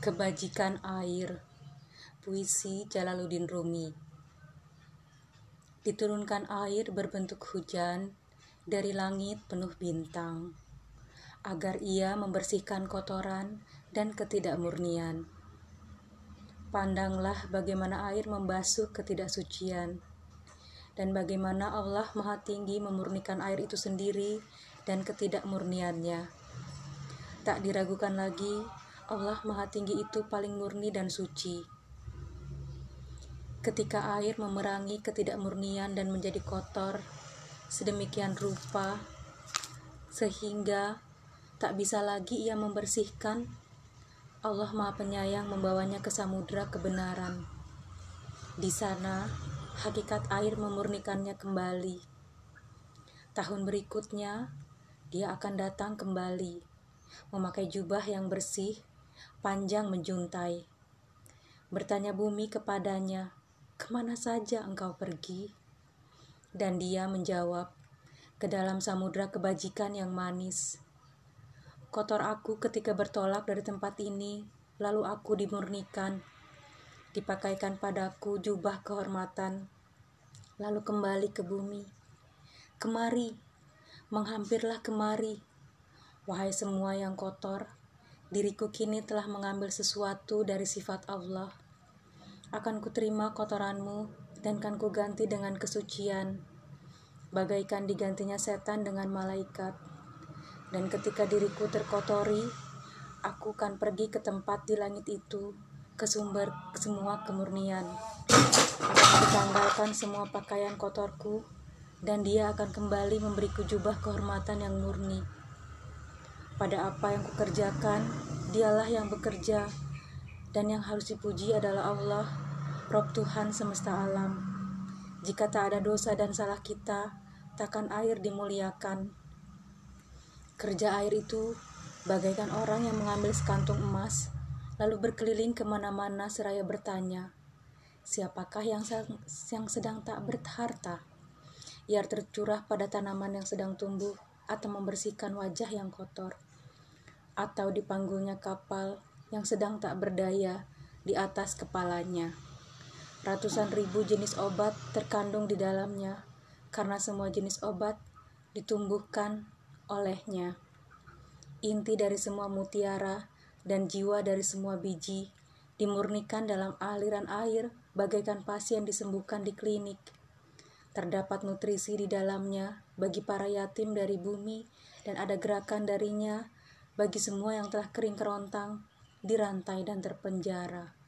Kebajikan air. Puisi Jalaluddin Rumi. Diturunkan air berbentuk hujan dari langit penuh bintang, agar ia membersihkan kotoran dan ketidakmurnian. Pandanglah bagaimana air membasuh ketidaksucian, dan bagaimana Allah Maha Tinggi memurnikan air itu sendiri dan ketidakmurniannya. Tak diragukan lagi, Allah Maha Tinggi itu paling murni dan suci. Ketika air memerangi ketidakmurnian dan menjadi kotor sedemikian rupa sehingga tak bisa lagi ia membersihkan, Allah Maha Penyayang membawanya ke samudra kebenaran. Di sana hakikat air memurnikannya kembali. Tahun berikutnya dia akan datang kembali, memakai jubah yang bersih, panjang menjuntai. Bertanya bumi kepadanya, "Kemana saja engkau pergi?" Dan dia menjawab, "Ke dalam samudra kebajikan yang manis. Kotor aku ketika bertolak dari tempat ini, lalu aku dimurnikan. Dipakaikan padaku jubah kehormatan, lalu kembali ke bumi. Kemari, menghampirlah kemari. Wahai semua yang kotor, diriku kini telah mengambil sesuatu dari sifat Allah. Akan kuterima kotoranmu dan kan kuganti dengan kesucian, bagaikan digantinya setan dengan malaikat. Dan ketika diriku terkotori, aku kan pergi ke tempat di langit itu, ke sumber semua kemurnian. Akan ditanggalkan semua pakaian kotorku, dan dia akan kembali memberiku jubah kehormatan yang murni. Pada apa yang kukerjakan, dialah yang bekerja, dan yang harus dipuji adalah Allah, Rob Tuhan semesta alam. Jika tak ada dosa dan salah kita, takkan air dimuliakan. Kerja air itu bagaikan orang yang mengambil sekantung emas, lalu berkeliling kemana-mana seraya bertanya, "Siapakah yang sedang tak berharta?" Ia tercurah pada tanaman yang sedang tumbuh atau membersihkan wajah yang kotor, atau dipanggulnya kapal yang sedang tak berdaya di atas kepalanya. Ratusan ribu jenis obat terkandung di dalamnya, karena semua jenis obat ditumbuhkan olehnya. Inti dari semua mutiara dan jiwa dari semua biji dimurnikan dalam aliran air bagaikan pasien disembuhkan di klinik. Terdapat nutrisi di dalamnya bagi para yatim dari bumi, dan ada gerakan darinya bagi semua yang telah kering kerontang, dirantai dan terpenjara.